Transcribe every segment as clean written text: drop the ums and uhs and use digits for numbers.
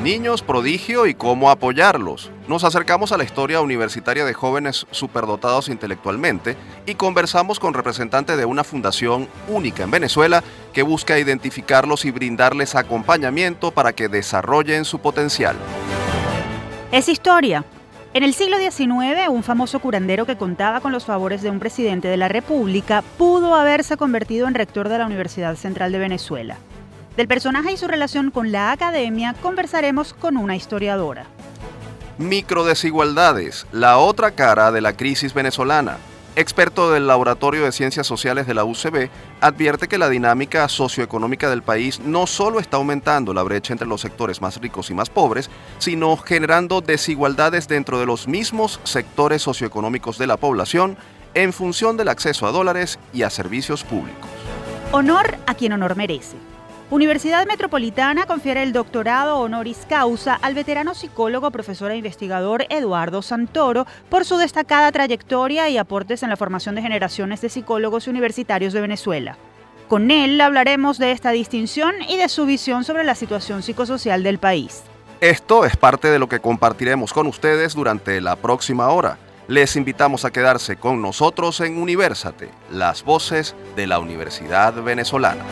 Niños prodigio y cómo apoyarlos. Nos acercamos a la historia universitaria de jóvenes superdotados intelectualmente y conversamos con representantes de una fundación única en Venezuela que busca identificarlos y brindarles acompañamiento para que desarrollen su potencial. Es historia. En el siglo XIX, un famoso curandero que contaba con los favores de un presidente de la República pudo haberse convertido en rector de la Universidad Central de Venezuela. Del personaje y su relación con la academia conversaremos con una historiadora. Microdesigualdades, la otra cara de la crisis venezolana. Experto del Laboratorio de Ciencias Sociales de la UCB, advierte que la dinámica socioeconómica del país no solo está aumentando la brecha entre los sectores más ricos y más pobres, sino generando desigualdades dentro de los mismos sectores socioeconómicos de la población en función del acceso a dólares y a servicios públicos. Honor a quien honor merece. Universidad Metropolitana confiere el doctorado honoris causa al veterano psicólogo, profesor e investigador Eduardo Santoro por su destacada trayectoria y aportes en la formación de generaciones de psicólogos universitarios de Venezuela. Con él hablaremos de esta distinción y de su visión sobre la situación psicosocial del país. Esto es parte de lo que compartiremos con ustedes durante la próxima hora. Les invitamos a quedarse con nosotros en Universate, las voces de la Universidad Venezolana.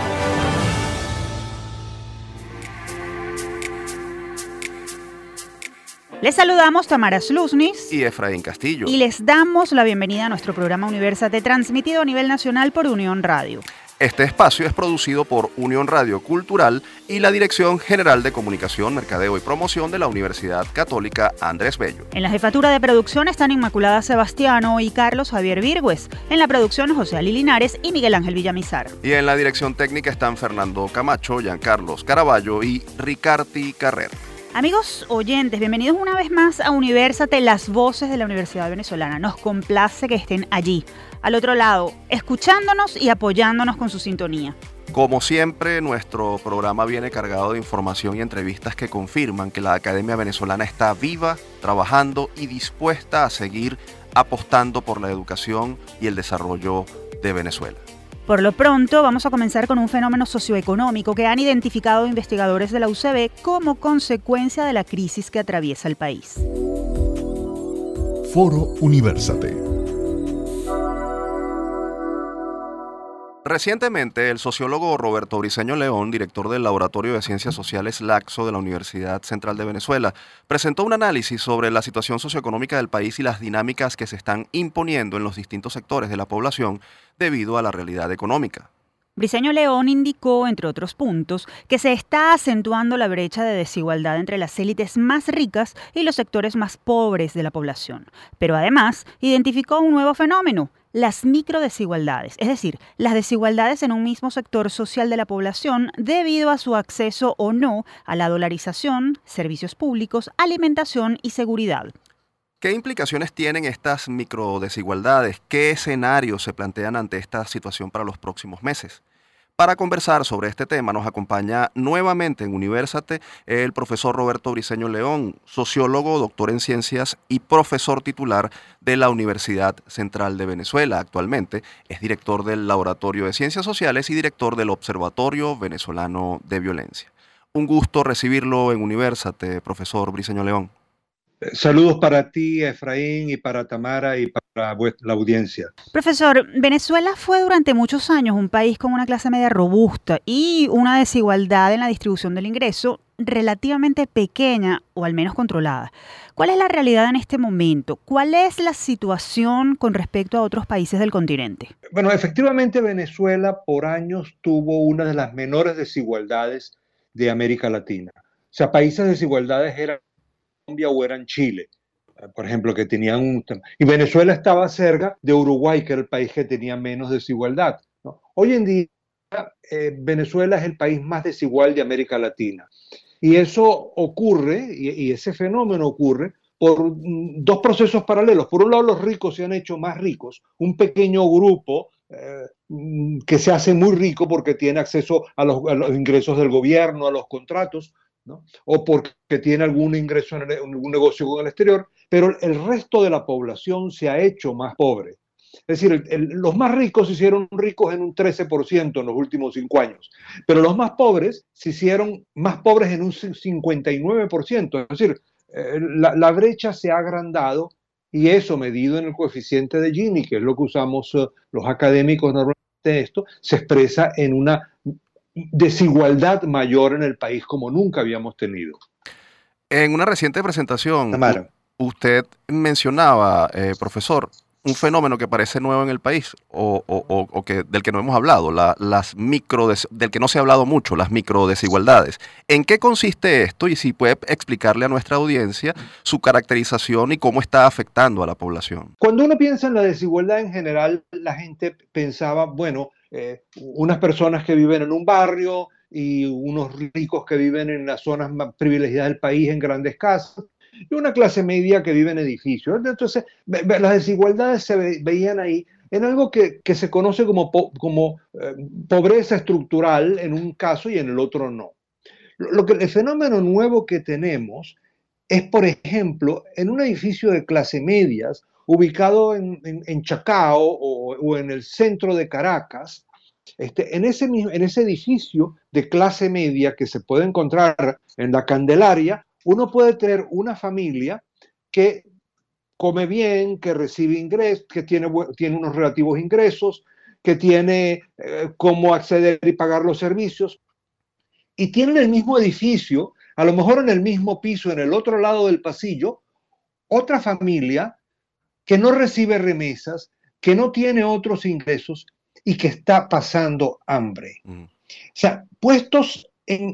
Les saludamos Tamara Sluznis y Efraín Castillo. Y les damos la bienvenida a nuestro programa Universate, transmitido a nivel nacional por Unión Radio. Este espacio es producido por Unión Radio Cultural y la Dirección General de Comunicación, Mercadeo y Promoción de la Universidad Católica Andrés Bello. En la jefatura de producción están Inmaculada Sebastiano y Carlos Javier Virgües. En la producción José Ali Linares y Miguel Ángel Villamizar. Y en la dirección técnica están Fernando Camacho, Giancarlos Caraballo y Ricarti Carrer. Amigos oyentes, bienvenidos una vez más a Universate, las voces de la Universidad Venezolana. Nos complace que estén allí, al otro lado, escuchándonos y apoyándonos con su sintonía. Como siempre, nuestro programa viene cargado de información y entrevistas que confirman que la Academia Venezolana está viva, trabajando y dispuesta a seguir apostando por la educación y el desarrollo de Venezuela. Por lo pronto, vamos a comenzar con un fenómeno socioeconómico que han identificado investigadores de la UCB como consecuencia de la crisis que atraviesa el país. Foro Universate. Recientemente, el sociólogo Roberto Briceño León, director del Laboratorio de Ciencias Sociales LACSO de la Universidad Central de Venezuela, presentó un análisis sobre la situación socioeconómica del país y las dinámicas que se están imponiendo en los distintos sectores de la población debido a la realidad económica. Briceño León indicó, entre otros puntos, que se está acentuando la brecha de desigualdad entre las élites más ricas y los sectores más pobres de la población. Pero además, identificó un nuevo fenómeno: las microdesigualdades, es decir, las desigualdades en un mismo sector social de la población debido a su acceso o no a la dolarización, servicios públicos, alimentación y seguridad. ¿Qué implicaciones tienen estas microdesigualdades? ¿Qué escenarios se plantean ante esta situación para los próximos meses? Para conversar sobre este tema nos acompaña nuevamente en Universate el profesor Roberto Briceño León, sociólogo, doctor en ciencias y profesor titular de la Universidad Central de Venezuela. Actualmente es director del Laboratorio de Ciencias Sociales y director del Observatorio Venezolano de Violencia. Un gusto recibirlo en Universate, profesor Briceño León. Saludos para ti, Efraín, y para Tamara y para la audiencia. Profesor, Venezuela fue durante muchos años un país con una clase media robusta y una desigualdad en la distribución del ingreso relativamente pequeña o al menos controlada. ¿Cuál es la realidad en este momento? ¿Cuál es la situación con respecto a otros países del continente? Bueno, efectivamente Venezuela por años tuvo una de las menores desigualdades de América Latina. O sea, países de desigualdades eran Colombia o eran Chile, por ejemplo, que tenían un... Y Venezuela estaba cerca de Uruguay, que era el país que tenía menos desigualdad, ¿no? Hoy en día, Venezuela es el país más desigual de América Latina. Y eso ocurre, y ese fenómeno ocurre, por dos procesos paralelos. Por un lado, los ricos se han hecho más ricos, un pequeño grupo que se hace muy rico porque tiene acceso a los ingresos del gobierno, a los contratos, ¿no? O porque tiene algún ingreso en algún negocio con el exterior, pero el resto de la población se ha hecho más pobre. Es decir, los más ricos se hicieron ricos en un 13% en los últimos 5 años, pero los más pobres se hicieron más pobres en un 59%. Es decir, la brecha se ha agrandado y eso medido en el coeficiente de Gini, que es lo que usamos los académicos normalmente de esto, se expresa en una desigualdad mayor en el país como nunca habíamos tenido. En una reciente presentación, Amaro. usted mencionaba, profesor, un fenómeno que parece nuevo en el país o que, del que no hemos hablado, del que no se ha hablado mucho, las microdesigualdades. ¿En qué consiste esto? Y si puede explicarle a nuestra audiencia su caracterización y cómo está afectando a la población. Cuando uno piensa en la desigualdad en general, la gente pensaba, bueno, unas personas que viven en un barrio y unos ricos que viven en las zonas más privilegiadas del país en grandes casas y una clase media que vive en edificios. Entonces, las desigualdades se veían ahí en algo que se conoce como pobreza estructural en un caso y en el otro no. El fenómeno nuevo que tenemos es, por ejemplo, en un edificio de clase medias ubicado en Chacao o en el centro de Caracas, en ese edificio de clase media que se puede encontrar en la Candelaria, uno puede tener una familia que come bien, que recibe ingresos, que tiene unos relativos ingresos, que tiene cómo acceder y pagar los servicios, y tienen el mismo edificio, a lo mejor en el mismo piso, en el otro lado del pasillo, otra familia que no recibe remesas, que no tiene otros ingresos y que está pasando hambre. O sea, puestos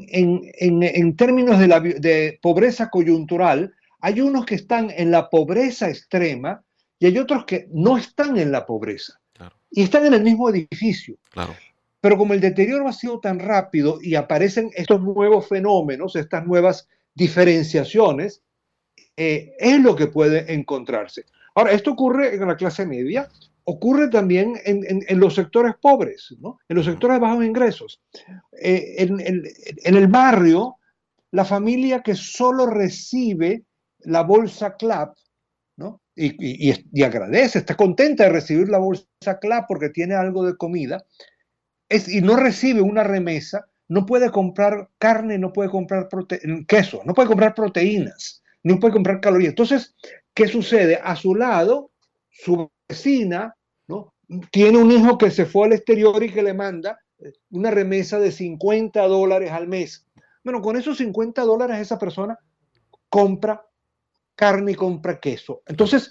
en términos de pobreza coyuntural, hay unos que están en la pobreza extrema y hay otros que no están en la pobreza. Claro. Y están en el mismo edificio. Claro. Pero como el deterioro ha sido tan rápido y aparecen estos nuevos fenómenos, estas nuevas diferenciaciones, es lo que puede encontrarse. Ahora, esto ocurre en la clase media, ocurre también en los sectores pobres, ¿no? En los sectores de bajos ingresos. En el barrio, la familia que solo recibe la bolsa CLAP, ¿no? Y agradece, está contenta de recibir la bolsa CLAP porque tiene algo de comida, y no recibe una remesa, no puede comprar carne, no puede comprar queso, no puede comprar proteínas, no puede comprar calorías. Entonces, ¿qué sucede? A su lado, su vecina, ¿no?, tiene un hijo que se fue al exterior y que le manda una remesa de $50 al mes. Bueno, con esos $50 esa persona compra carne y compra queso. Entonces,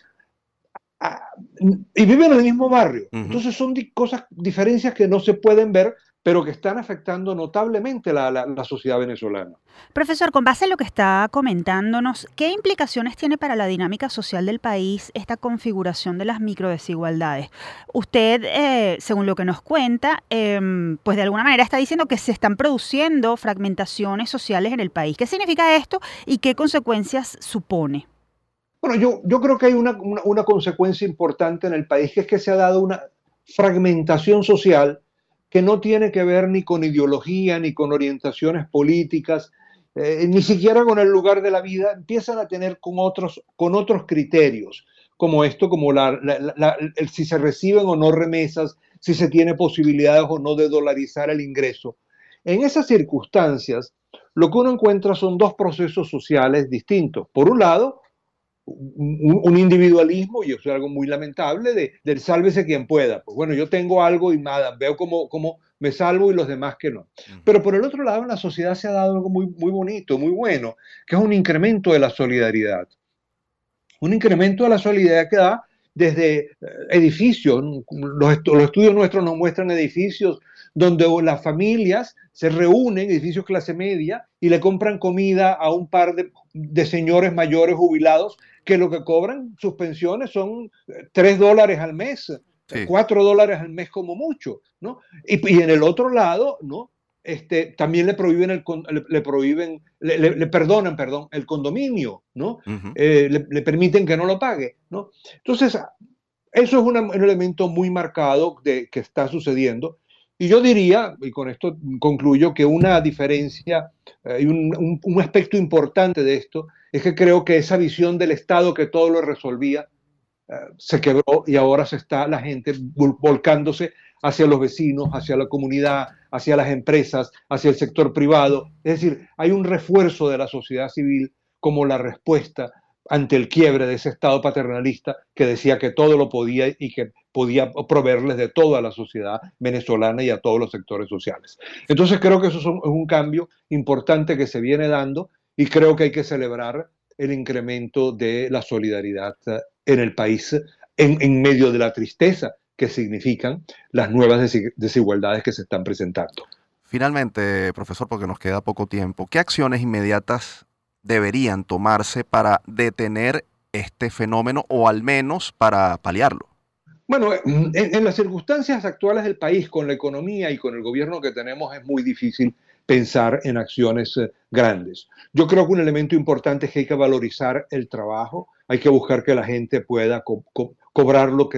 y viven en el mismo barrio. Entonces son diferencias que no se pueden ver, pero que están afectando notablemente la sociedad venezolana. Profesor, con base en lo que está comentándonos, ¿qué implicaciones tiene para la dinámica social del país esta configuración de las microdesigualdades? Usted, según lo que nos cuenta, pues de alguna manera está diciendo que se están produciendo fragmentaciones sociales en el país. ¿Qué significa esto y qué consecuencias supone? Bueno, yo creo que hay una consecuencia importante en el país, que es que se ha dado una fragmentación social que no tiene que ver ni con ideología, ni con orientaciones políticas, ni siquiera con el lugar de la vida. Empiezan a tener con otros criterios, como esto, como si se reciben o no remesas, si se tiene posibilidades o no de dolarizar el ingreso. En esas circunstancias, lo que uno encuentra son dos procesos sociales distintos. Por un lado, un individualismo, y eso es algo muy lamentable, del sálvese quien pueda. Pues bueno, yo tengo algo y nada, veo cómo me salvo y los demás que no. Pero por el otro lado, en la sociedad se ha dado algo muy, muy bonito, muy bueno, que es un incremento de la solidaridad. Un incremento de la solidaridad que da desde edificios. Los estudios nuestros nos muestran edificios donde las familias se reúnen, edificios clase media, y le compran comida a un par de señores mayores jubilados que lo que cobran sus pensiones son $3 al mes, sí, $4 al mes como mucho, ¿no? Y en el otro lado, ¿no?, también le perdonan, el condominio, ¿no? Le permiten que no lo pague, ¿no? Entonces, eso es un elemento muy marcado que está sucediendo. Y yo diría, y con esto concluyo, que una diferencia y un aspecto importante de esto es que creo que esa visión del Estado que todo lo resolvía se quebró y ahora se está la gente volcándose hacia los vecinos, hacia la comunidad, hacia las empresas, hacia el sector privado. Es decir, hay un refuerzo de la sociedad civil como la respuesta ante el quiebre de ese Estado paternalista que decía que todo lo podía y que podía proveerles de toda la sociedad venezolana y a todos los sectores sociales. Entonces creo que eso es un cambio importante que se viene dando y creo que hay que celebrar el incremento de la solidaridad en el país en medio de la tristeza que significan las nuevas desigualdades que se están presentando. Finalmente, profesor, porque nos queda poco tiempo, ¿qué acciones inmediatas deberían tomarse para detener este fenómeno o al menos para paliarlo? Bueno, en las circunstancias actuales del país, con la economía y con el gobierno que tenemos, es muy difícil pensar en acciones grandes. Yo creo que un elemento importante es que hay que valorizar el trabajo, hay que buscar que la gente pueda cobrar lo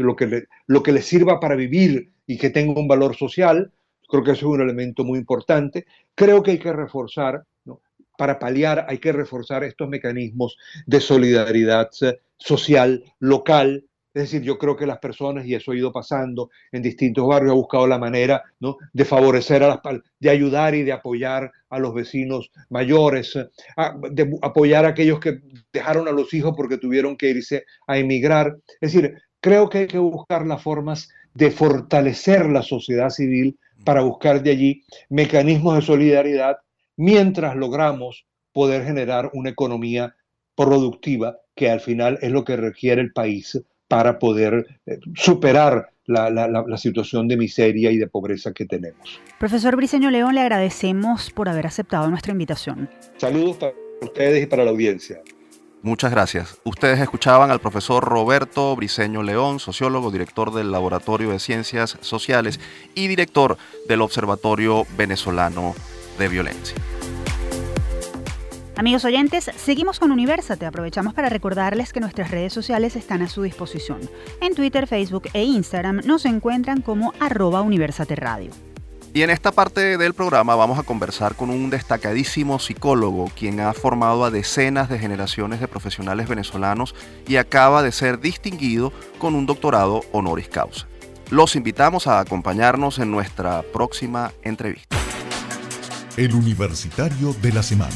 que le sirva para vivir y que tenga un valor social. Creo que eso es un elemento muy importante. Creo que hay que reforzar, ¿no? Para paliar, hay que reforzar estos mecanismos de solidaridad social, local. Es decir, yo creo que las personas, y eso ha ido pasando en distintos barrios, ha buscado la manera, ¿no?, de favorecer, de ayudar y de apoyar a los vecinos mayores, de apoyar a aquellos que dejaron a los hijos porque tuvieron que irse a emigrar. Es decir, creo que hay que buscar las formas de fortalecer la sociedad civil para buscar de allí mecanismos de solidaridad mientras logramos poder generar una economía productiva que al final es lo que requiere el país para poder superar la situación de miseria y de pobreza que tenemos. Profesor Briceño León, le agradecemos por haber aceptado nuestra invitación. Saludos para ustedes y para la audiencia. Muchas gracias. Ustedes escuchaban al profesor Roberto Briceño León, sociólogo, director del Laboratorio de Ciencias Sociales y director del Observatorio Venezolano de Violencia. Amigos oyentes, seguimos con Universate. Aprovechamos para recordarles que nuestras redes sociales están a su disposición. En Twitter, Facebook e Instagram nos encuentran como @UniversateRadio. Y en esta parte del programa vamos a conversar con un destacadísimo psicólogo quien ha formado a decenas de generaciones de profesionales venezolanos y acaba de ser distinguido con un doctorado honoris causa. Los invitamos a acompañarnos en nuestra próxima entrevista. El Universitario de la Semana.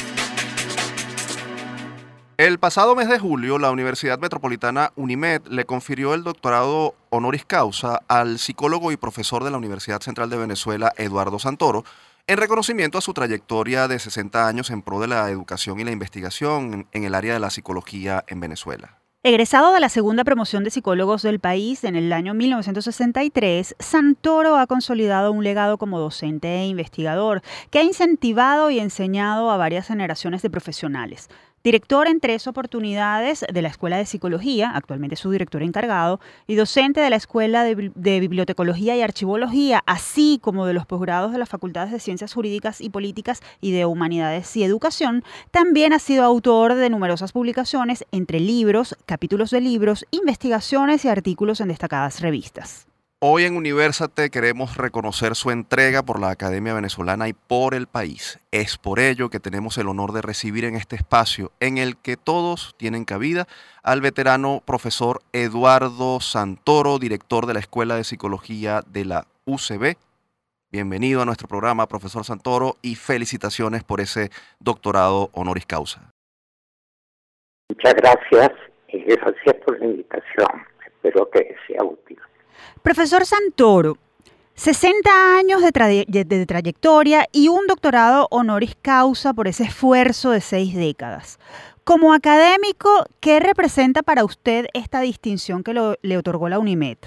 El pasado mes de julio, la Universidad Metropolitana UNIMED le confirió el doctorado honoris causa al psicólogo y profesor de la Universidad Central de Venezuela, Eduardo Santoro, en reconocimiento a su trayectoria de 60 años en pro de la educación y la investigación en el área de la psicología en Venezuela. Egresado de la segunda promoción de psicólogos del país en el año 1963, Santoro ha consolidado un legado como docente e investigador que ha incentivado y enseñado a varias generaciones de profesionales. Director en 3 oportunidades de la Escuela de Psicología, actualmente su director encargado, y docente de la Escuela de Bibliotecología y Archivología, así como de los posgrados de las Facultades de Ciencias Jurídicas y Políticas y de Humanidades y Educación, también ha sido autor de numerosas publicaciones, entre libros, capítulos de libros, investigaciones y artículos en destacadas revistas. Hoy en Universate queremos reconocer su entrega por la Academia Venezolana y por el país. Es por ello que tenemos el honor de recibir en este espacio, en el que todos tienen cabida, al veterano profesor Eduardo Santoro, director de la Escuela de Psicología de la UCB. Bienvenido a nuestro programa, profesor Santoro, y felicitaciones por ese doctorado honoris causa. Muchas gracias y gracias por la invitación. Espero que sea útil. Profesor Santoro, 60 años de trayectoria y un doctorado honoris causa por ese esfuerzo de 6 décadas. Como académico, ¿qué representa para usted esta distinción que le otorgó la UNIMED?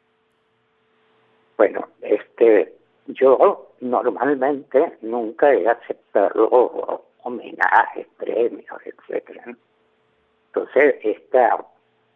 Bueno, yo normalmente nunca he aceptado homenajes, premios, etcétera. Entonces, esta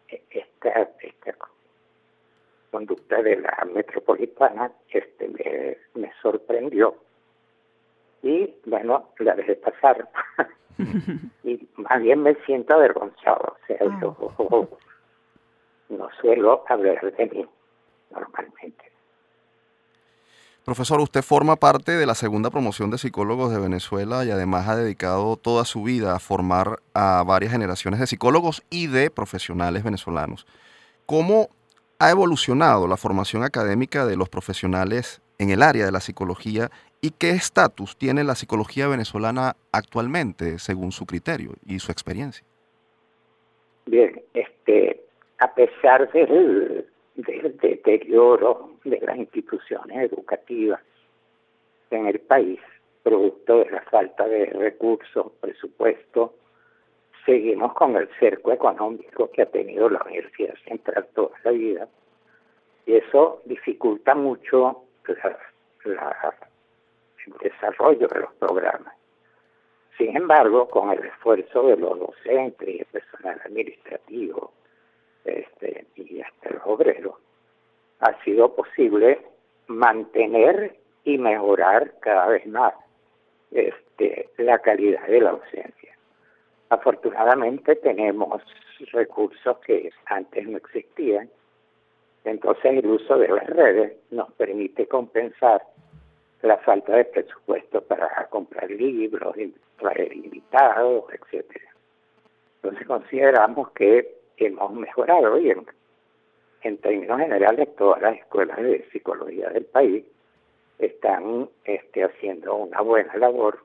conducta de la Metropolitana me sorprendió y bueno, la dejé pasar y más bien me siento avergonzado. O sea, yo no suelo hablar de mí normalmente. Profesor, usted forma parte de la segunda promoción de psicólogos de Venezuela y además ha dedicado toda su vida a formar a varias generaciones de psicólogos y de profesionales venezolanos. ¿Cómo ha evolucionado la formación académica de los profesionales en el área de la psicología y qué estatus tiene la psicología venezolana actualmente, según su criterio y su experiencia? Bien, a pesar del deterioro de las instituciones educativas en el país, producto de la falta de recursos, presupuesto, seguimos con el cerco económico que ha tenido la Universidad Central toda la vida, y eso dificulta mucho el desarrollo de los programas. Sin embargo, con el esfuerzo de los docentes y el personal administrativo y hasta los obreros, ha sido posible mantener y mejorar cada vez más la calidad de la docencia. Afortunadamente tenemos recursos que antes no existían, entonces el uso de las redes nos permite compensar la falta de presupuesto para comprar libros, traer invitados, etcétera. Entonces consideramos que hemos mejorado y en términos generales todas las escuelas de psicología del país están haciendo una buena labor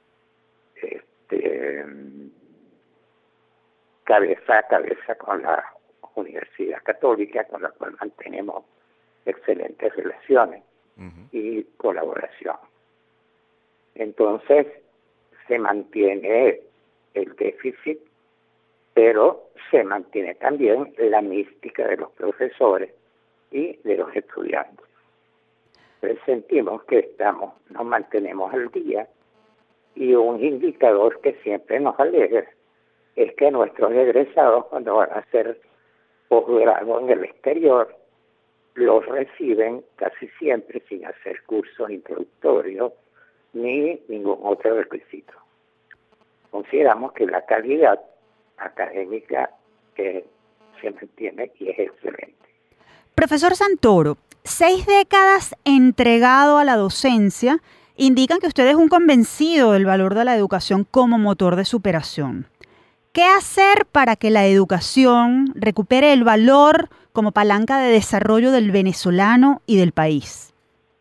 cabeza a cabeza con la Universidad Católica, con la cual mantenemos excelentes relaciones y colaboración. Entonces se mantiene el déficit, pero se mantiene también la mística de los profesores y de los estudiantes. Entonces sentimos que nos mantenemos al día, y un indicador que siempre nos alegra es que nuestros egresados, cuando van a hacer posgrado en el exterior, los reciben casi siempre sin hacer cursos introductorios ni ningún otro requisito. Consideramos que la calidad académica se mantiene y es excelente. Profesor Santoro, 6 décadas entregado a la docencia indican que usted es un convencido del valor de la educación como motor de superación. ¿Qué hacer para que la educación recupere el valor como palanca de desarrollo del venezolano y del país?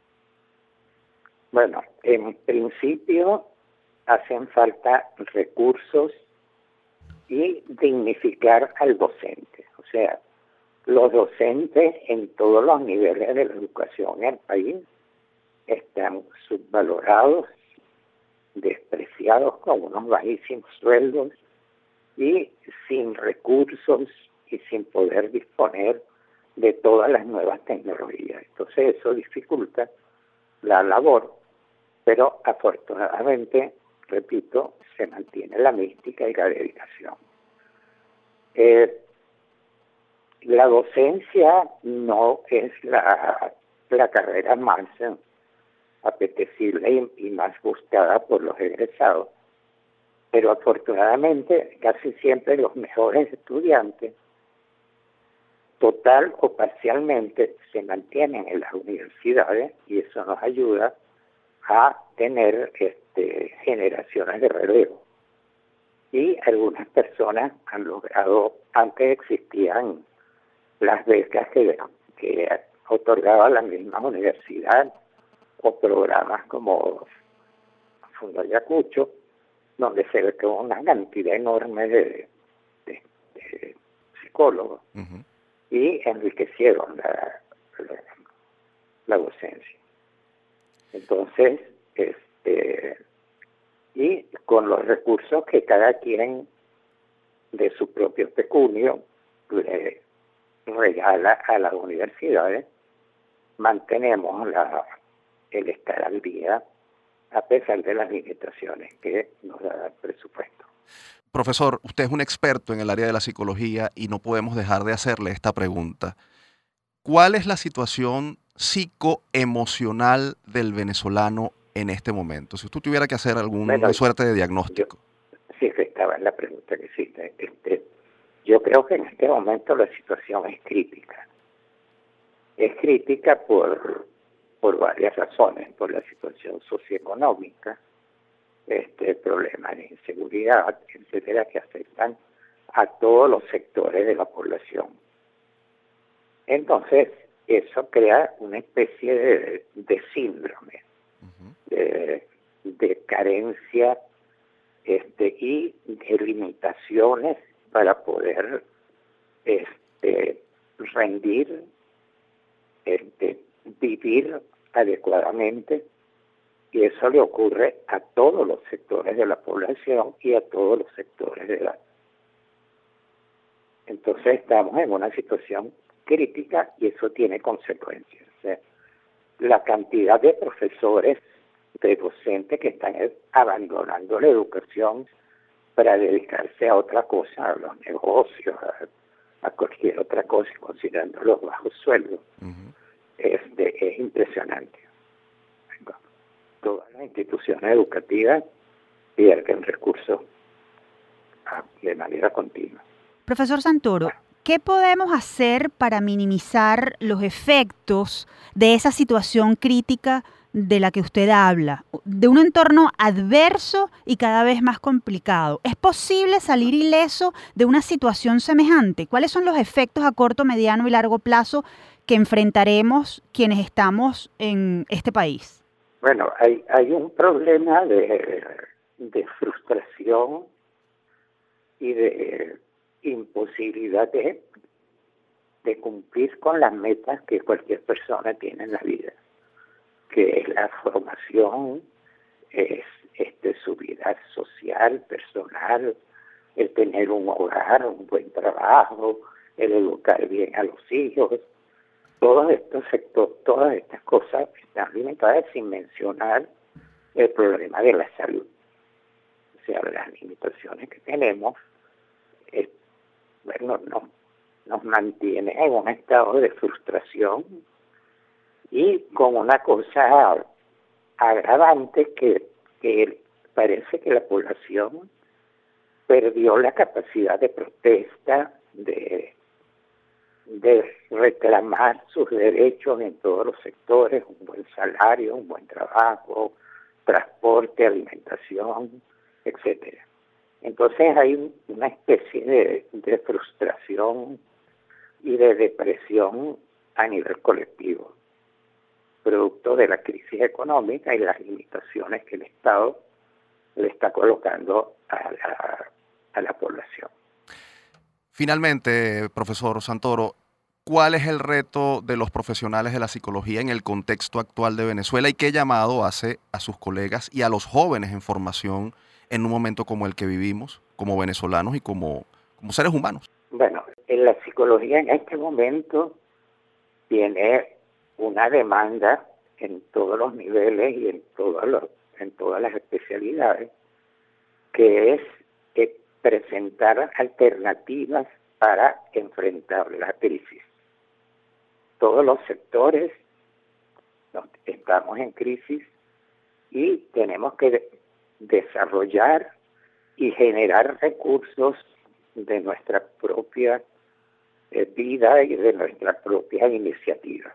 Bueno, en principio hacen falta recursos y dignificar al docente. O sea, los docentes en todos los niveles de la educación en el país están subvalorados, despreciados con unos bajísimos sueldos y sin recursos y sin poder disponer de todas las nuevas tecnologías. Entonces eso dificulta la labor, pero afortunadamente, repito, se mantiene la mística y la dedicación. La docencia no es la carrera más apetecible y más buscada por los egresados, pero afortunadamente casi siempre los mejores estudiantes, total o parcialmente, se mantienen en las universidades, y eso nos ayuda a tener generaciones de relevo. Y algunas personas han logrado, antes existían las becas que otorgaba la misma universidad, o programas como Fundo Ayacucho, donde se becó una cantidad enorme de psicólogos y enriquecieron la docencia. Entonces, y con los recursos que cada quien de su propio pecunio le regala a las universidades, mantenemos el estar al día a pesar de las limitaciones que nos da el presupuesto. Profesor, usted es un experto en el área de la psicología y no podemos dejar de hacerle esta pregunta. ¿Cuál es la situación psicoemocional del venezolano en este momento? Si usted tuviera que hacer alguna suerte de diagnóstico. Sí, estaba en la pregunta que hiciste. Yo creo que en este momento la situación es crítica. Es crítica por por varias razones, por la situación socioeconómica, problemas de inseguridad, etcétera, que afectan a todos los sectores de la población. Entonces, eso crea una especie de síndrome, de carencia y de limitaciones para poder rendir, vivir adecuadamente, y eso le ocurre a todos los sectores de la población y a todos los sectores de edad. Entonces estamos en una situación crítica y eso tiene consecuencias. O sea, la cantidad de profesores, de docentes que están abandonando la educación para dedicarse a otra cosa, a los negocios, a cualquier otra cosa, considerando los bajos sueldos, es impresionante. Todas las instituciones educativas pierden recursos de manera continua. Profesor Santoro, ¿qué podemos hacer para minimizar los efectos de esa situación crítica de la que usted habla, de un entorno adverso y cada vez más complicado? ¿Es posible salir ileso de una situación semejante? ¿Cuáles son los efectos a corto, mediano y largo plazo que enfrentaremos quienes estamos en este país? Bueno, hay un problema de frustración y de imposibilidad de cumplir con las metas que cualquier persona tiene en la vida, que es la formación, es su vida social, personal, el tener un hogar, un buen trabajo, el educar bien a los hijos. Todos estos sectores, todas estas cosas están limitadas, sin mencionar el problema de la salud. O sea, las limitaciones que tenemos nos mantiene en un estado de frustración y con una cosa agravante que parece que la población perdió la capacidad de protesta, de reclamar sus derechos en todos los sectores, un buen salario, un buen trabajo, transporte, alimentación, etcétera. Entonces hay una especie de frustración y de depresión a nivel colectivo, producto de la crisis económica y las limitaciones que el Estado le está colocando a la población. Finalmente, profesor Santoro, ¿cuál es el reto de los profesionales de la psicología en el contexto actual de Venezuela y qué llamado hace a sus colegas y a los jóvenes en formación en un momento como el que vivimos, como venezolanos y como seres humanos? Bueno, en la psicología en este momento tiene una demanda en todos los niveles y en todas las especialidades, que es presentar alternativas para enfrentar la crisis. Todos los sectores estamos en crisis y tenemos que desarrollar y generar recursos de nuestra propia vida y de nuestra propia iniciativa,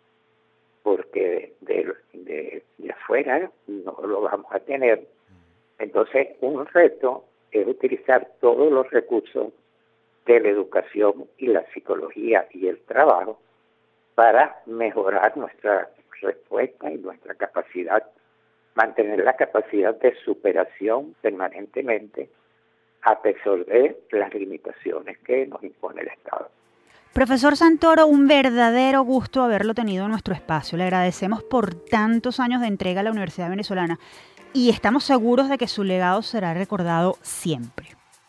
porque de afuera no lo vamos a tener. Entonces, un reto es utilizar todos los recursos de la educación y la psicología y el trabajo para mejorar nuestra respuesta y nuestra capacidad, mantener la capacidad de superación permanentemente a pesar de las limitaciones que nos impone el Estado. Profesor Santoro, un verdadero gusto haberlo tenido en nuestro espacio. Le agradecemos por tantos años de entrega a la Universidad Venezolana y estamos seguros de que su legado será recordado siempre.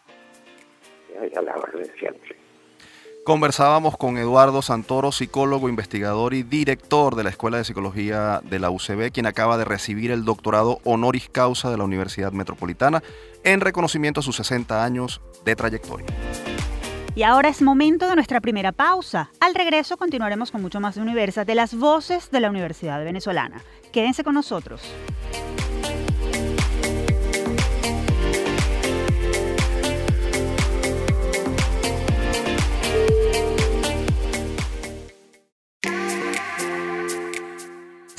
A la orden siempre. Conversábamos con Eduardo Santoro, psicólogo, investigador y director de la Escuela de Psicología de la UCB, quien acaba de recibir el doctorado honoris causa de la Universidad Metropolitana en reconocimiento a sus 60 años de trayectoria. Y ahora es momento de nuestra primera pausa. Al regreso continuaremos con mucho más de Universate, de las voces de la Universidad Venezolana. Quédense con nosotros.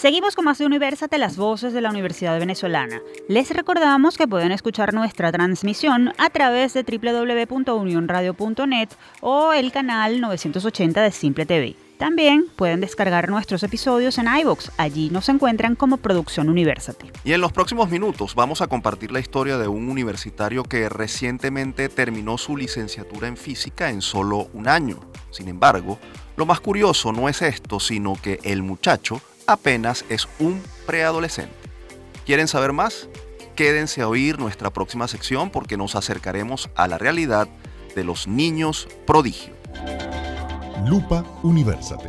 Seguimos con más de Universate, las voces de la Universidad Venezolana. Les recordamos que pueden escuchar nuestra transmisión a través de www.unionradio.net o el canal 980 de Simple TV. También pueden descargar nuestros episodios en iVoox. Allí nos encuentran como Producción Universate. Y en los próximos minutos vamos a compartir la historia de un universitario que recientemente terminó su licenciatura en física en solo un año. Sin embargo, lo más curioso no es esto, sino que el muchacho apenas es un preadolescente. ¿Quieren saber más? Quédense a oír nuestra próxima sección porque nos acercaremos a la realidad de los niños prodigio. Lupa Universate.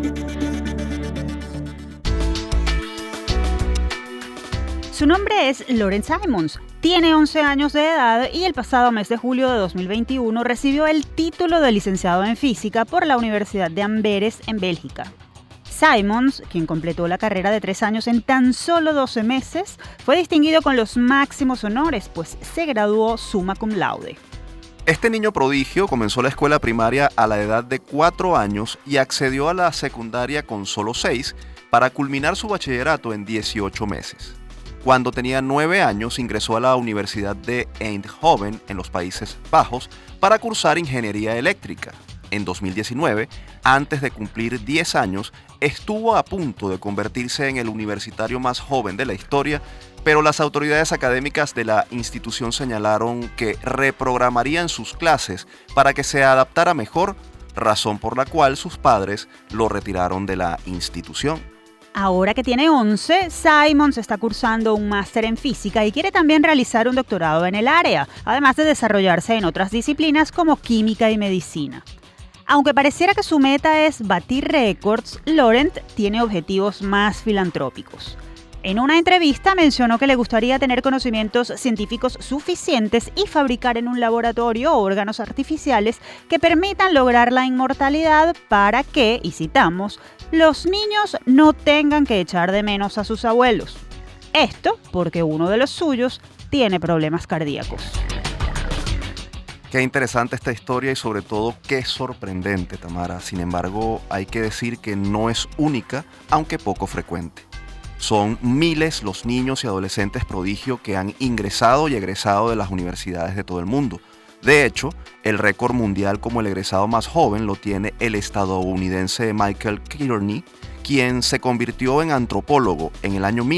Su nombre es Loren Simons. Tiene 11 años de edad y el pasado mes de julio de 2021 recibió el título de licenciado en física por la Universidad de Amberes en Bélgica. Simons, quien completó la carrera de 3 años en tan solo 12 meses, fue distinguido con los máximos honores, pues se graduó summa cum laude. Este niño prodigio comenzó la escuela primaria a la edad de 4 años y accedió a la secundaria con solo 6 para culminar su bachillerato en 18 meses. Cuando tenía 9 años ingresó a la Universidad de Eindhoven en los Países Bajos para cursar ingeniería eléctrica. En 2019, antes de cumplir 10 años, estuvo a punto de convertirse en el universitario más joven de la historia, pero las autoridades académicas de la institución señalaron que reprogramarían sus clases para que se adaptara mejor, razón por la cual sus padres lo retiraron de la institución. Ahora que tiene 11, Simons está cursando un máster en física y quiere también realizar un doctorado en el área, además de desarrollarse en otras disciplinas como química y medicina. Aunque pareciera que su meta es batir récords, Laurent tiene objetivos más filantrópicos. En una entrevista mencionó que le gustaría tener conocimientos científicos suficientes y fabricar en un laboratorio órganos artificiales que permitan lograr la inmortalidad para que, y citamos, los niños no tengan que echar de menos a sus abuelos. Esto porque uno de los suyos tiene problemas cardíacos. Qué interesante esta historia y sobre todo qué sorprendente, Tamara. Sin embargo, hay que decir que no es única, aunque poco frecuente. Son miles los niños y adolescentes prodigio que han ingresado y egresado de las universidades de todo el mundo. De hecho, el récord mundial como el egresado más joven lo tiene el estadounidense Michael Kearney, quien se convirtió en antropólogo en el año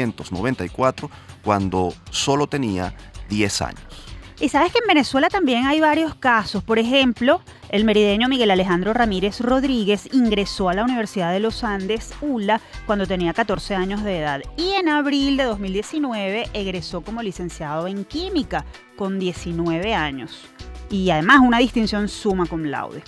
1994 cuando solo tenía 10 años. Y sabes que en Venezuela también hay varios casos. Por ejemplo, el merideño Miguel Alejandro Ramírez Rodríguez ingresó a la Universidad de los Andes, ULA, cuando tenía 14 años de edad. Y en abril de 2019 egresó como licenciado en química con 19 años. Y además una distinción summa cum laude.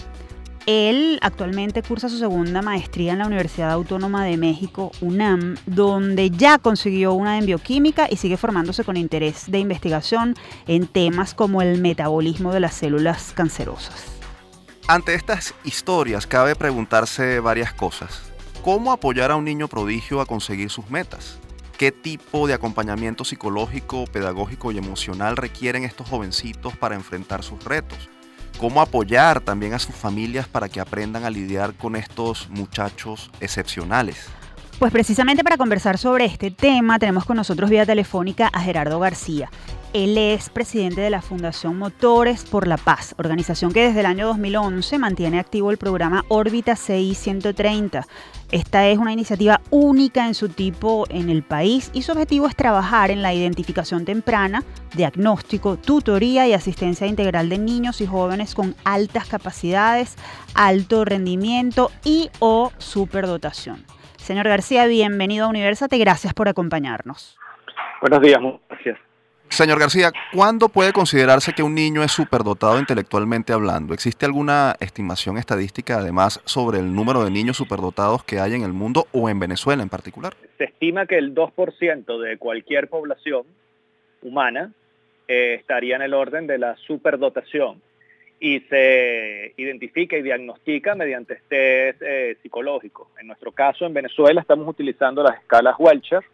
Él actualmente cursa su segunda maestría en la Universidad Autónoma de México, UNAM, donde ya consiguió una en bioquímica y sigue formándose con interés de investigación en temas como el metabolismo de las células cancerosas. Ante estas historias cabe preguntarse varias cosas. ¿Cómo apoyar a un niño prodigio a conseguir sus metas? ¿Qué tipo de acompañamiento psicológico, pedagógico y emocional requieren estos jovencitos para enfrentar sus retos? ¿Cómo apoyar también a sus familias para que aprendan a lidiar con estos muchachos excepcionales? Pues precisamente para conversar sobre este tema tenemos con nosotros vía telefónica a Gerardo García. Él es presidente de la Fundación Motores por la Paz, organización que desde el año 2011 mantiene activo el programa Órbita CI 130. Esta es una iniciativa única en su tipo en el país y su objetivo es trabajar en la identificación temprana, diagnóstico, tutoría y asistencia integral de niños y jóvenes con altas capacidades, alto rendimiento y o superdotación. Señor García, bienvenido a Universate, gracias por acompañarnos. Buenos días, muchas gracias. Señor García, ¿cuándo puede considerarse que un niño es superdotado intelectualmente hablando? ¿Existe alguna estimación estadística además sobre el número de niños superdotados que hay en el mundo o en Venezuela en particular? Se estima que el 2% de cualquier población humana estaría en el orden de la superdotación y se identifica y diagnostica mediante test psicológicos. En nuestro caso, en Venezuela, estamos utilizando las escalas Welcher.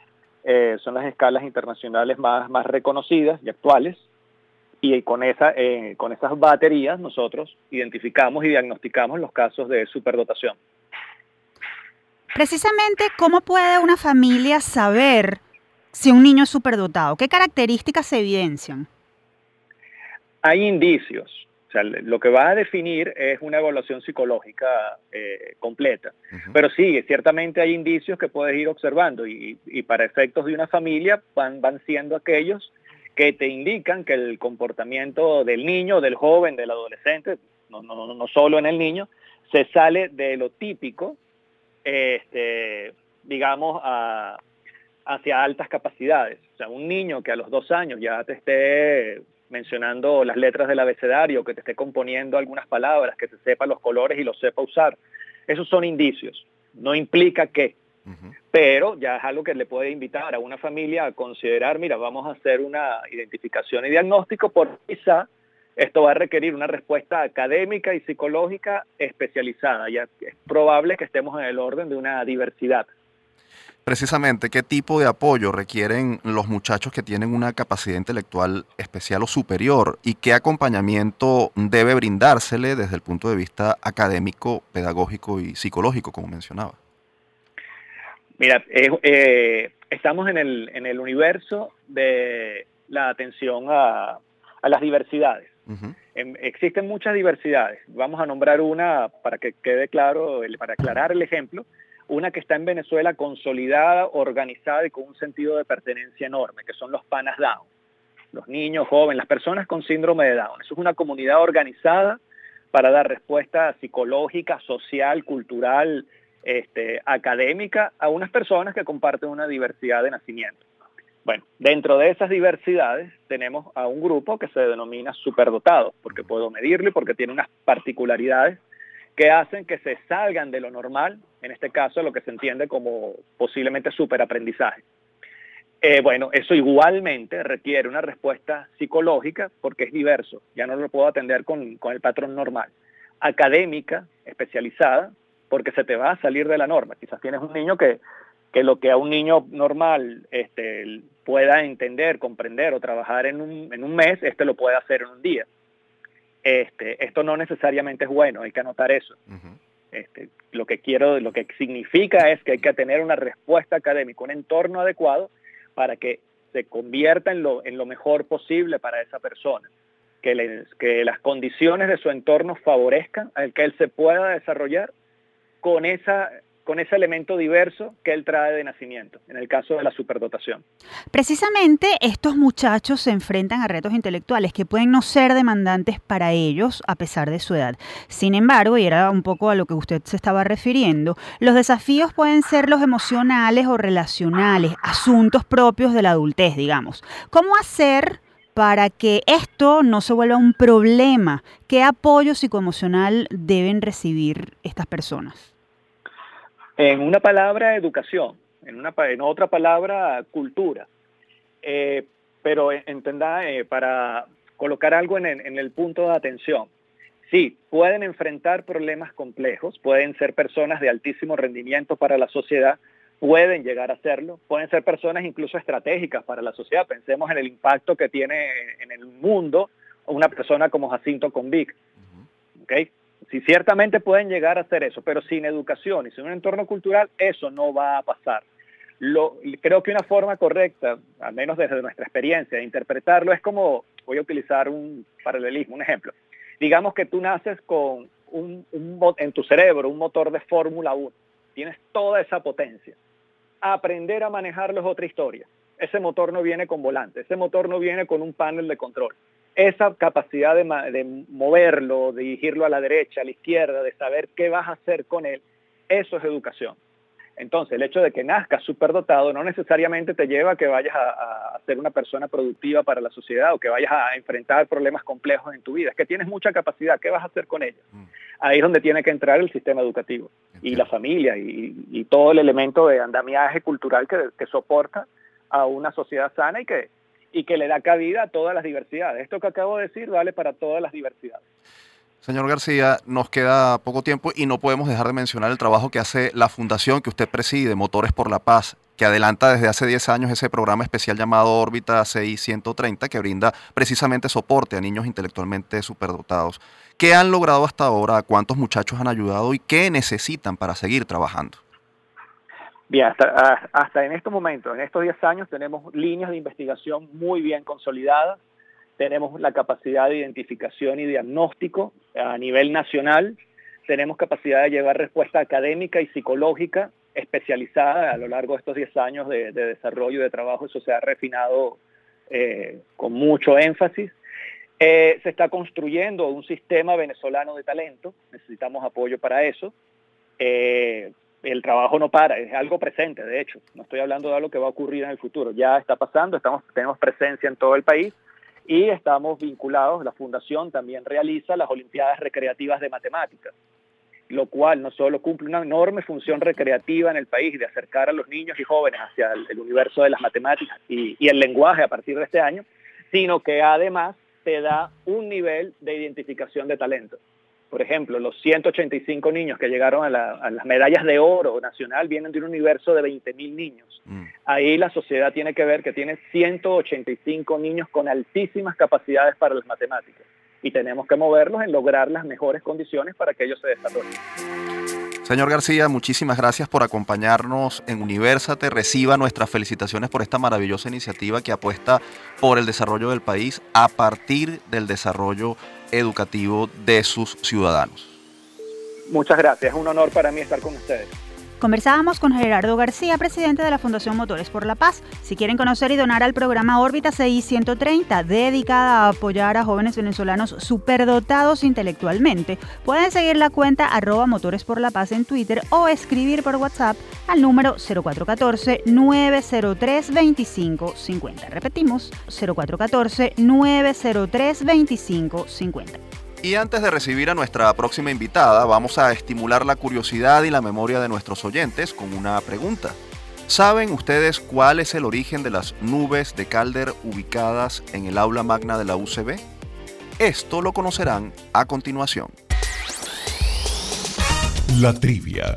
Son las escalas internacionales más reconocidas y actuales, y con esas baterías nosotros identificamos y diagnosticamos los casos de superdotación. Precisamente, ¿cómo puede una familia saber si un niño es superdotado? ¿Qué características se evidencian? Hay indicios. O sea, lo que va a definir es una evaluación psicológica completa. Pero sí, ciertamente hay indicios que puedes ir observando y para efectos de una familia van siendo aquellos que te indican que el comportamiento del niño, del joven, del adolescente, no solo en el niño, se sale de lo típico, digamos, hacia altas capacidades. O sea, un niño que a los 2 años ya te esté mencionando las letras del abecedario, que te esté componiendo algunas palabras, que se sepa los colores y los sepa usar, esos son indicios. No implica que, pero ya es algo que le puede invitar a una familia a considerar, mira, vamos a hacer una identificación y diagnóstico, porque quizá esto va a requerir una respuesta académica y psicológica especializada. Ya es probable que estemos en el orden de una diversidad. Precisamente, ¿qué tipo de apoyo requieren los muchachos que tienen una capacidad intelectual especial o superior? ¿Y qué acompañamiento debe brindársele desde el punto de vista académico, pedagógico y psicológico, como mencionaba? Mira, estamos en el universo de la atención a las diversidades. Existen muchas diversidades. Vamos a nombrar una para que quede claro, para aclarar el ejemplo. Una que está en Venezuela consolidada, organizada y con un sentido de pertenencia enorme, que son los panas Down. Los niños, jóvenes, las personas con síndrome de Down. Eso es una comunidad organizada para dar respuesta psicológica, social, cultural, académica a unas personas que comparten una diversidad de nacimiento. Bueno, dentro de esas diversidades tenemos a un grupo que se denomina superdotado, porque puedo medirlo y porque tiene unas particularidades que hacen que se salgan de lo normal, en este caso lo que se entiende como posiblemente superaprendizaje. Bueno, eso igualmente requiere una respuesta psicológica porque es diverso, ya no lo puedo atender con el patrón normal. Académica, especializada, porque se te va a salir de la norma. Quizás tienes un niño que lo que a un niño normal pueda entender, comprender o trabajar en un mes, lo puede hacer en un día. Esto no necesariamente es bueno, hay que anotar eso. Lo que significa es que hay que tener una respuesta académica, un entorno adecuado para que se convierta en lo mejor posible para esa persona, que las condiciones de su entorno favorezcan al que él se pueda desarrollar con ese elemento diverso que él trae de nacimiento, en el caso de la superdotación. Precisamente estos muchachos se enfrentan a retos intelectuales que pueden no ser demandantes para ellos a pesar de su edad. Sin embargo, y era un poco a lo que usted se estaba refiriendo, los desafíos pueden ser los emocionales o relacionales, asuntos propios de la adultez, digamos. ¿Cómo hacer para que esto no se vuelva un problema? ¿Qué apoyo psicoemocional deben recibir estas personas? En una palabra, educación. En otra palabra, cultura. Pero entendá, para colocar algo en el punto de atención. Sí, pueden enfrentar problemas complejos, pueden ser personas de altísimo rendimiento para la sociedad, pueden llegar a serlo, pueden ser personas incluso estratégicas para la sociedad. Pensemos en el impacto que tiene en el mundo una persona como Jacinto Convic. ¿Okay? Sí, ciertamente pueden llegar a hacer eso, pero sin educación y sin un entorno cultural, eso no va a pasar. Creo que una forma correcta, al menos desde nuestra experiencia, de interpretarlo es como, voy a utilizar un paralelismo, un ejemplo. Digamos que tú naces con en tu cerebro un motor de Fórmula 1, tienes toda esa potencia. Aprender a manejarlo es otra historia. Ese motor no viene con volante, ese motor no viene con un panel de control. Esa capacidad de moverlo, de dirigirlo a la derecha, a la izquierda, de saber qué vas a hacer con él, eso es educación. Entonces, el hecho de que nazcas superdotado no necesariamente te lleva a que vayas a ser una persona productiva para la sociedad o que vayas a enfrentar problemas complejos en tu vida. Es que tienes mucha capacidad, ¿qué vas a hacer con ella? Ahí es donde tiene que entrar el sistema educativo y la familia y todo el elemento de andamiaje cultural que soporta a una sociedad sana y que le da cabida a todas las diversidades. Esto que acabo de decir vale para todas las diversidades. Señor García, nos queda poco tiempo y no podemos dejar de mencionar el trabajo que hace la fundación que usted preside, Motores por la Paz, que adelanta desde hace 10 años ese programa especial llamado Órbita CI 130, que brinda precisamente soporte a niños intelectualmente superdotados. ¿Qué han logrado hasta ahora? ¿Cuántos muchachos han ayudado y qué necesitan para seguir trabajando? Bien, hasta en estos momentos, en estos 10 años, tenemos líneas de investigación muy bien consolidadas, tenemos la capacidad de identificación y diagnóstico a nivel nacional, tenemos capacidad de llevar respuesta académica y psicológica especializada a lo largo de estos 10 años de desarrollo y de trabajo. Eso se ha refinado con mucho énfasis. Se está construyendo un sistema venezolano de talento, necesitamos apoyo para eso. El trabajo no para, es algo presente, de hecho, no estoy hablando de algo que va a ocurrir en el futuro, ya está pasando, tenemos presencia en todo el país y estamos vinculados, la Fundación también realiza las Olimpiadas Recreativas de Matemáticas, lo cual no solo cumple una enorme función recreativa en el país de acercar a los niños y jóvenes hacia el universo de las matemáticas y el lenguaje a partir de este año, sino que además te da un nivel de identificación de talento. Por ejemplo, los 185 niños que llegaron a las medallas de oro nacional vienen de un universo de 20.000 niños. Ahí la sociedad tiene que ver que tiene 185 niños con altísimas capacidades para las matemáticas y tenemos que moverlos en lograr las mejores condiciones para que ellos se desarrollen. Señor García, muchísimas gracias por acompañarnos en Universate. Reciba nuestras felicitaciones por esta maravillosa iniciativa que apuesta por el desarrollo del país a partir del desarrollo educativo de sus ciudadanos. Muchas gracias, es un honor para mí estar con ustedes. Conversábamos con Gerardo García, presidente de la Fundación Motores por la Paz. Si quieren conocer y donar al programa Órbita CI 130, dedicada a apoyar a jóvenes venezolanos superdotados intelectualmente, pueden seguir la cuenta @Motores por la Paz en Twitter o escribir por WhatsApp al número 0414-903-2550. Repetimos, 0414-903-2550. Y antes de recibir a nuestra próxima invitada, vamos a estimular la curiosidad y la memoria de nuestros oyentes con una pregunta. ¿Saben ustedes cuál es el origen de las nubes de Calder ubicadas en el aula magna de la UCB? Esto lo conocerán a continuación. La trivia.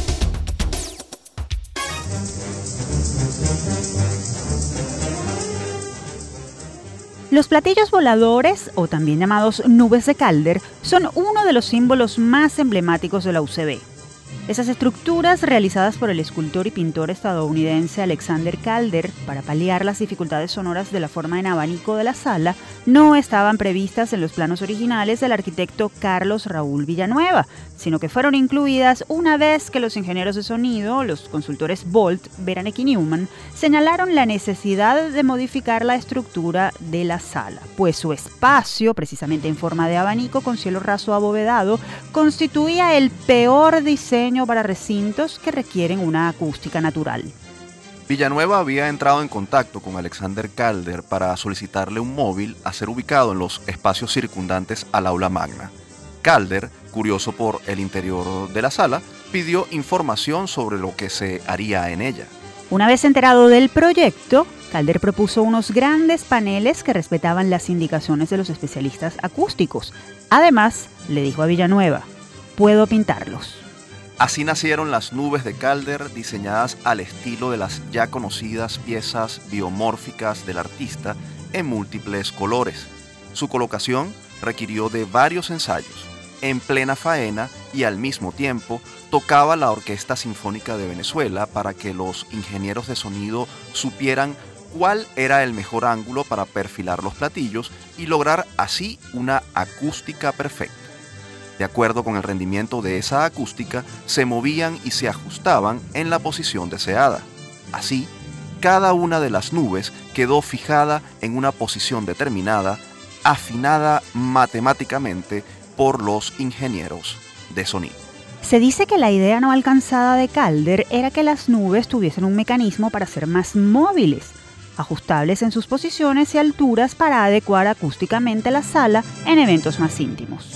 Los platillos voladores, o también llamados nubes de Calder, son uno de los símbolos más emblemáticos de la UCB. Esas estructuras, realizadas por el escultor y pintor estadounidense Alexander Calder para paliar las dificultades sonoras de la forma en abanico de la sala, no estaban previstas en los planos originales del arquitecto Carlos Raúl Villanueva, sino que fueron incluidas una vez que los ingenieros de sonido, los consultores Bolt, Beranek y Newman, señalaron la necesidad de modificar la estructura de la sala, pues su espacio, precisamente en forma de abanico con cielo raso abovedado, constituía el peor diseño para recintos que requieren una acústica natural. Villanueva había entrado en contacto con Alexander Calder para solicitarle un móvil a ser ubicado en los espacios circundantes al aula magna. Calder, curioso por el interior de la sala, pidió información sobre lo que se haría en ella. Una vez enterado del proyecto, Calder propuso unos grandes paneles que respetaban las indicaciones de los especialistas acústicos. Además, le dijo a Villanueva, «Puedo pintarlos». Así nacieron las nubes de Calder, diseñadas al estilo de las ya conocidas piezas biomórficas del artista en múltiples colores. Su colocación requirió de varios ensayos. En plena faena y al mismo tiempo tocaba la Orquesta Sinfónica de Venezuela para que los ingenieros de sonido supieran cuál era el mejor ángulo para perfilar los platillos y lograr así una acústica perfecta. De acuerdo con el rendimiento de esa acústica, se movían y se ajustaban en la posición deseada. Así, cada una de las nubes quedó fijada en una posición determinada, afinada matemáticamente por los ingenieros de sonido. Se dice que la idea no alcanzada de Calder era que las nubes tuviesen un mecanismo para ser más móviles, ajustables en sus posiciones y alturas para adecuar acústicamente la sala en eventos más íntimos.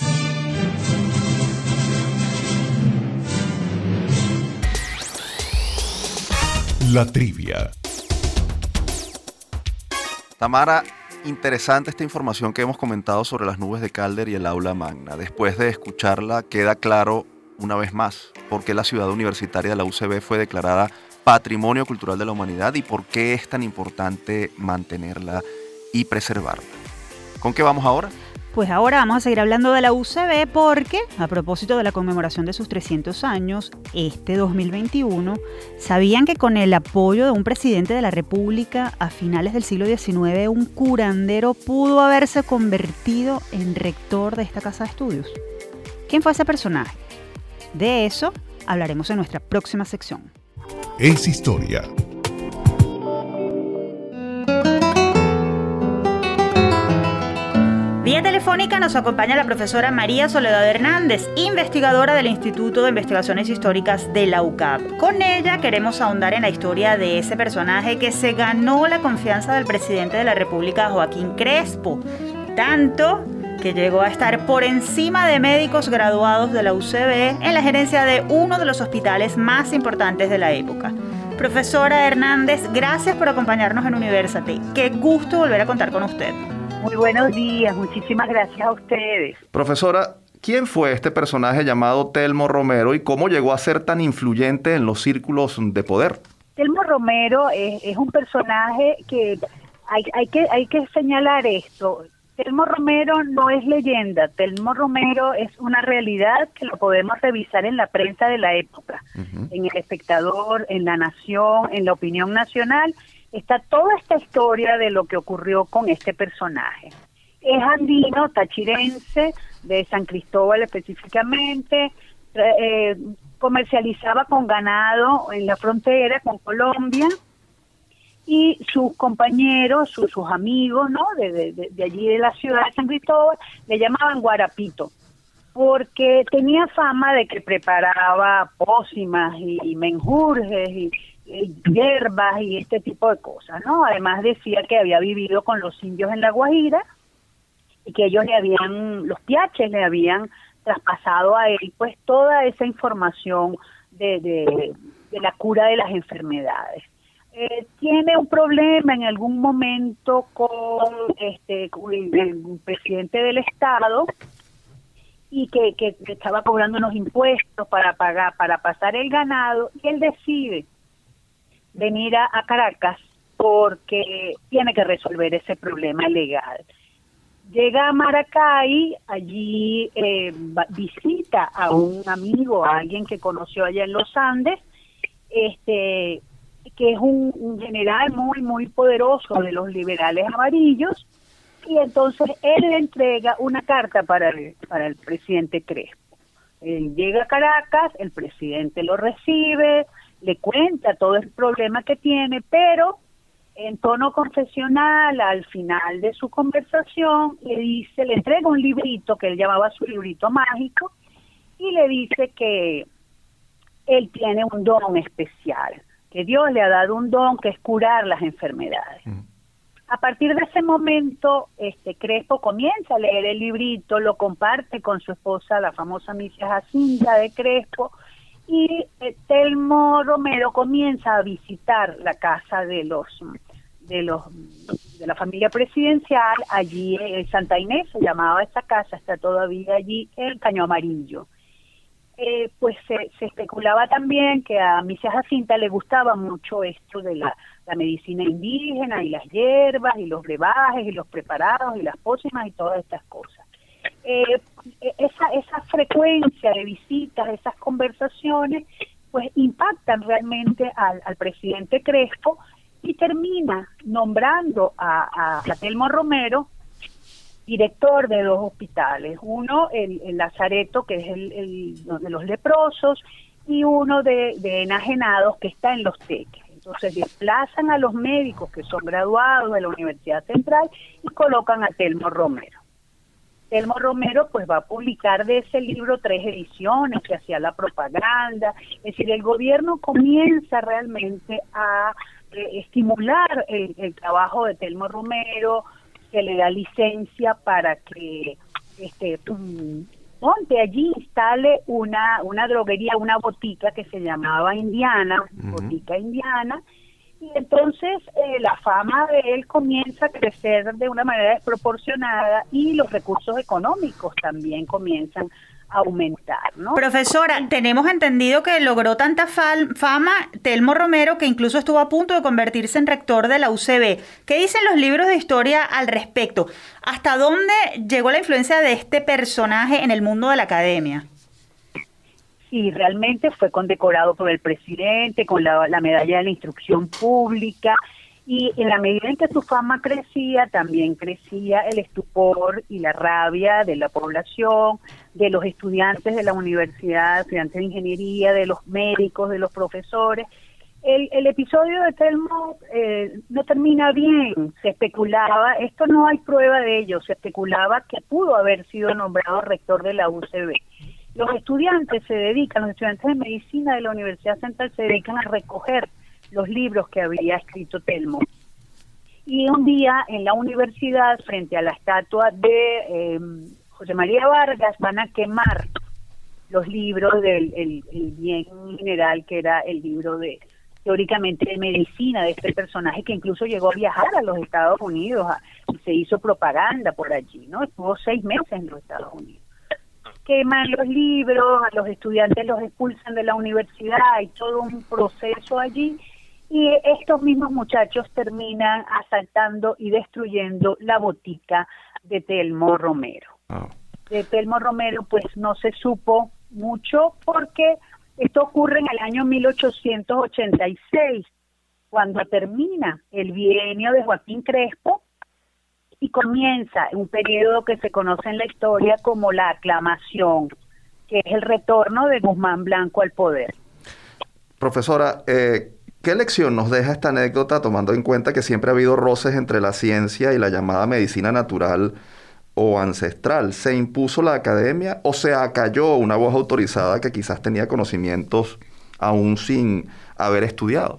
La trivia. Tamara, interesante esta información que hemos comentado sobre las nubes de Calder y el aula magna. Después de escucharla, queda claro una vez más por qué la ciudad universitaria de la UCB fue declarada Patrimonio Cultural de la Humanidad y por qué es tan importante mantenerla y preservarla. ¿Con qué vamos ahora? Pues ahora vamos a seguir hablando de la UCB porque, a propósito de la conmemoración de sus 300 años, este 2021, ¿sabían que con el apoyo de un presidente de la República a finales del siglo XIX, un curandero pudo haberse convertido en rector de esta casa de estudios? ¿Quién fue ese personaje? De eso hablaremos en nuestra próxima sección. Es historia. Vía telefónica nos acompaña la profesora María Soledad Hernández, investigadora del Instituto de Investigaciones Históricas de la UCAP. Con ella queremos ahondar en la historia de ese personaje que se ganó la confianza del presidente de la República, Joaquín Crespo, tanto que llegó a estar por encima de médicos graduados de la UCB en la gerencia de uno de los hospitales más importantes de la época. Profesora Hernández, gracias por acompañarnos en Universate. Qué gusto volver a contar con usted. Muy buenos días, muchísimas gracias a ustedes. Profesora, ¿quién fue este personaje llamado Telmo Romero y cómo llegó a ser tan influyente en los círculos de poder? Telmo Romero es un personaje que hay que señalar esto. Telmo Romero no es leyenda, Telmo Romero es una realidad que lo podemos revisar en la prensa de la época, en El Espectador, en La Nación, en La Opinión Nacional. Está toda esta historia de lo que ocurrió con este personaje. Es andino, tachirense, de San Cristóbal específicamente, comercializaba con ganado en la frontera con Colombia, y sus compañeros, sus amigos, ¿no?, de allí de la ciudad de San Cristóbal, le llamaban Guarapito, porque tenía fama de que preparaba pócimas y menjurjes y hierbas y este tipo de cosas, ¿no? Además decía que había vivido con los indios en La Guajira y que ellos los piaches le habían traspasado a él pues toda esa información de la cura de las enfermedades. Tiene un problema en algún momento con el presidente del Estado y que estaba cobrando unos impuestos para pasar el ganado, y él decide venir a Caracas porque tiene que resolver ese problema legal. Llega a Maracay, allí visita a un amigo, a alguien que conoció allá en los Andes, que es un general muy poderoso de los liberales amarillos, y entonces él le entrega una carta para el presidente Crespo. Él llega a Caracas, el presidente lo recibe, le cuenta todo el problema que tiene, pero en tono confesional, al final de su conversación, le entrega un librito que él llamaba su librito mágico, y le dice que él tiene un don especial, que Dios le ha dado un don que es curar las enfermedades. A partir de ese momento, Crespo comienza a leer el librito, lo comparte con su esposa, la famosa Misia Jacinta de Crespo, y Telmo Romero comienza a visitar la casa de la familia presidencial, allí en Santa Inés se llamaba esa casa, está todavía allí, el Caño Amarillo. Pues se especulaba también que a Misia Jacinta le gustaba mucho esto de la medicina indígena y las hierbas y los brebajes y los preparados y las pócimas y todas estas cosas. Esa frecuencia de visitas, esas conversaciones, pues impactan realmente al presidente Crespo, y termina nombrando a Telmo Romero director de dos hospitales, uno el Lazareto, que es el de los leprosos, y uno de enajenados, que está en Los Teques. Entonces desplazan a los médicos que son graduados de la Universidad Central y colocan a Telmo Romero. Telmo Romero pues va a publicar de ese libro 3 ediciones, que hacía la propaganda. Es decir, el gobierno comienza realmente a estimular el trabajo de Telmo Romero, se le da licencia para que ponte allí, instale una droguería, una botica que se llamaba Indiana, Botica Indiana, y entonces la fama de él comienza a crecer de una manera desproporcionada, y los recursos económicos también comienzan aumentar, ¿no? Profesora, tenemos entendido que logró tanta fama Telmo Romero que incluso estuvo a punto de convertirse en rector de la UCB. ¿Qué dicen los libros de historia al respecto? ¿Hasta dónde llegó la influencia de este personaje en el mundo de la academia? Sí, realmente fue condecorado por el presidente con la medalla de la instrucción pública, y en la medida en que su fama crecía, también crecía el estupor y la rabia de la población, de los estudiantes de la universidad, estudiantes de ingeniería, de los médicos, de los profesores. El episodio de Telmo no termina bien, se especulaba, esto no hay prueba de ello, se especulaba que pudo haber sido nombrado rector de la UCB. Los estudiantes los estudiantes de medicina de la Universidad Central se dedican a recoger los libros que había escrito Telmo. Y un día en la universidad, frente a la estatua de José María Vargas, van a quemar los libros del el bien general, que era el libro teóricamente de medicina de este personaje, que incluso llegó a viajar a los Estados Unidos y se hizo propaganda por allí, ¿no? Estuvo 6 meses en los Estados Unidos. Queman los libros, a los estudiantes los expulsan de la universidad, hay todo un proceso allí. Y estos mismos muchachos terminan asaltando y destruyendo la botica de Telmo Romero. De Telmo Romero pues no se supo mucho, porque esto ocurre en el año 1886, cuando termina el bienio de Joaquín Crespo y comienza un periodo que se conoce en la historia como la aclamación, que es el retorno de Guzmán Blanco al poder. Profesora, ¿qué lección nos deja esta anécdota, tomando en cuenta que siempre ha habido roces entre la ciencia y la llamada medicina natural o ancestral? ¿Se impuso la academia o se acalló una voz autorizada que quizás tenía conocimientos aún sin haber estudiado?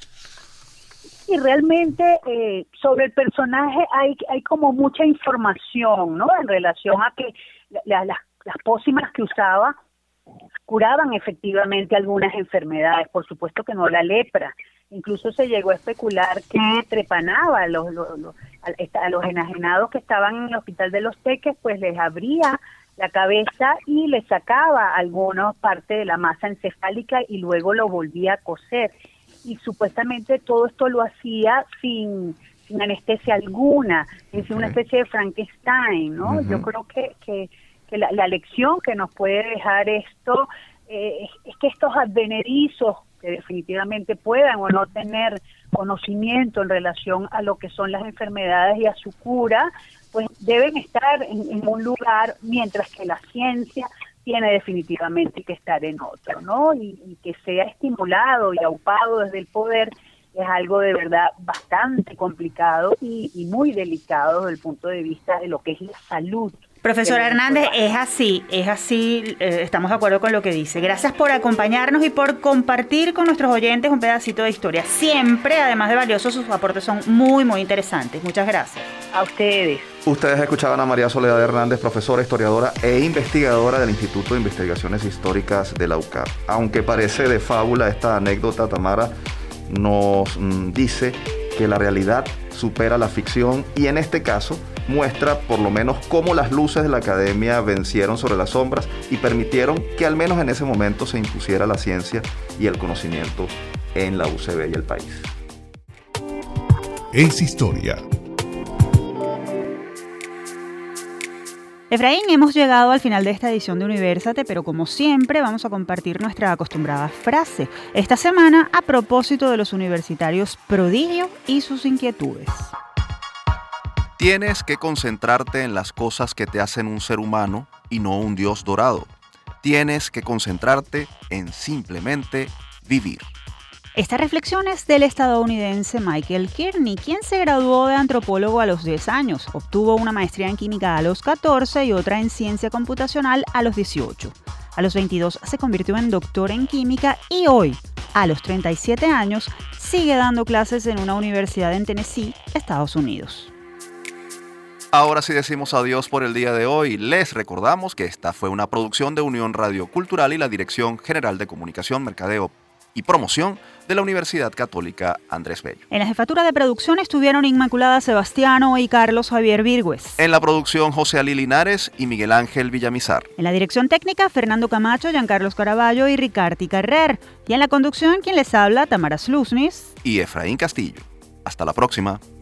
Y realmente sobre el personaje hay como mucha información, ¿no? En relación a que las pócimas que usaba curaban efectivamente algunas enfermedades, por supuesto que no la lepra. Incluso se llegó a especular que trepanaba a los enajenados que estaban en el Hospital de los Teques, pues les abría la cabeza y les sacaba alguna parte de la masa encefálica y luego lo volvía a coser. Y supuestamente todo esto lo hacía sin anestesia alguna, es una especie de Frankenstein, ¿no? Uh-huh. Yo creo que la lección que nos puede dejar esto es que estos advenerizos, que definitivamente puedan o no tener conocimiento en relación a lo que son las enfermedades y a su cura, pues deben estar en un lugar, mientras que la ciencia tiene definitivamente que estar en otro, ¿no? Y que sea estimulado y aupado desde el poder es algo de verdad bastante complicado y muy delicado desde el punto de vista de lo que es la salud. Profesora Hernández, es así, estamos de acuerdo con lo que dice. Gracias por acompañarnos y por compartir con nuestros oyentes un pedacito de historia. Siempre, además de valiosos, sus aportes son muy, muy interesantes. Muchas gracias. A ustedes. Ustedes escuchaban a María Soledad Hernández, profesora, historiadora e investigadora del Instituto de Investigaciones Históricas de la UCAP. Aunque parece de fábula esta anécdota, Tamara nos dice que la realidad supera la ficción y en este caso muestra por lo menos cómo las luces de la academia vencieron sobre las sombras y permitieron que al menos en ese momento se impusiera la ciencia y el conocimiento en la UCB y el país. Es historia. Efraín, hemos llegado al final de esta edición de Universate, pero como siempre vamos a compartir nuestra acostumbrada frase. Esta semana a propósito de los universitarios prodigio y sus inquietudes. Tienes que concentrarte en las cosas que te hacen un ser humano y no un dios dorado. Tienes que concentrarte en simplemente vivir. Esta reflexión es del estadounidense Michael Kearney, quien se graduó de antropólogo a los 10 años, obtuvo una maestría en química a los 14 y otra en ciencia computacional a los 18. A los 22 se convirtió en doctor en química y hoy, a los 37 años, sigue dando clases en una universidad en Tennessee, Estados Unidos. Ahora sí decimos adiós por el día de hoy. Les recordamos que esta fue una producción de Unión Radio Cultural y la Dirección General de Comunicación, Mercadeo, y Promoción de la Universidad Católica Andrés Bello. En la jefatura de producción estuvieron Inmaculada Sebastiano y Carlos Javier Virgües. En la producción, José Ali Linares y Miguel Ángel Villamizar. En la dirección técnica, Fernando Camacho, Giancarlos Caraballo y Ricardi Carrer. Y en la conducción, quien les habla, Tamara Slusnis y Efraín Castillo. Hasta la próxima.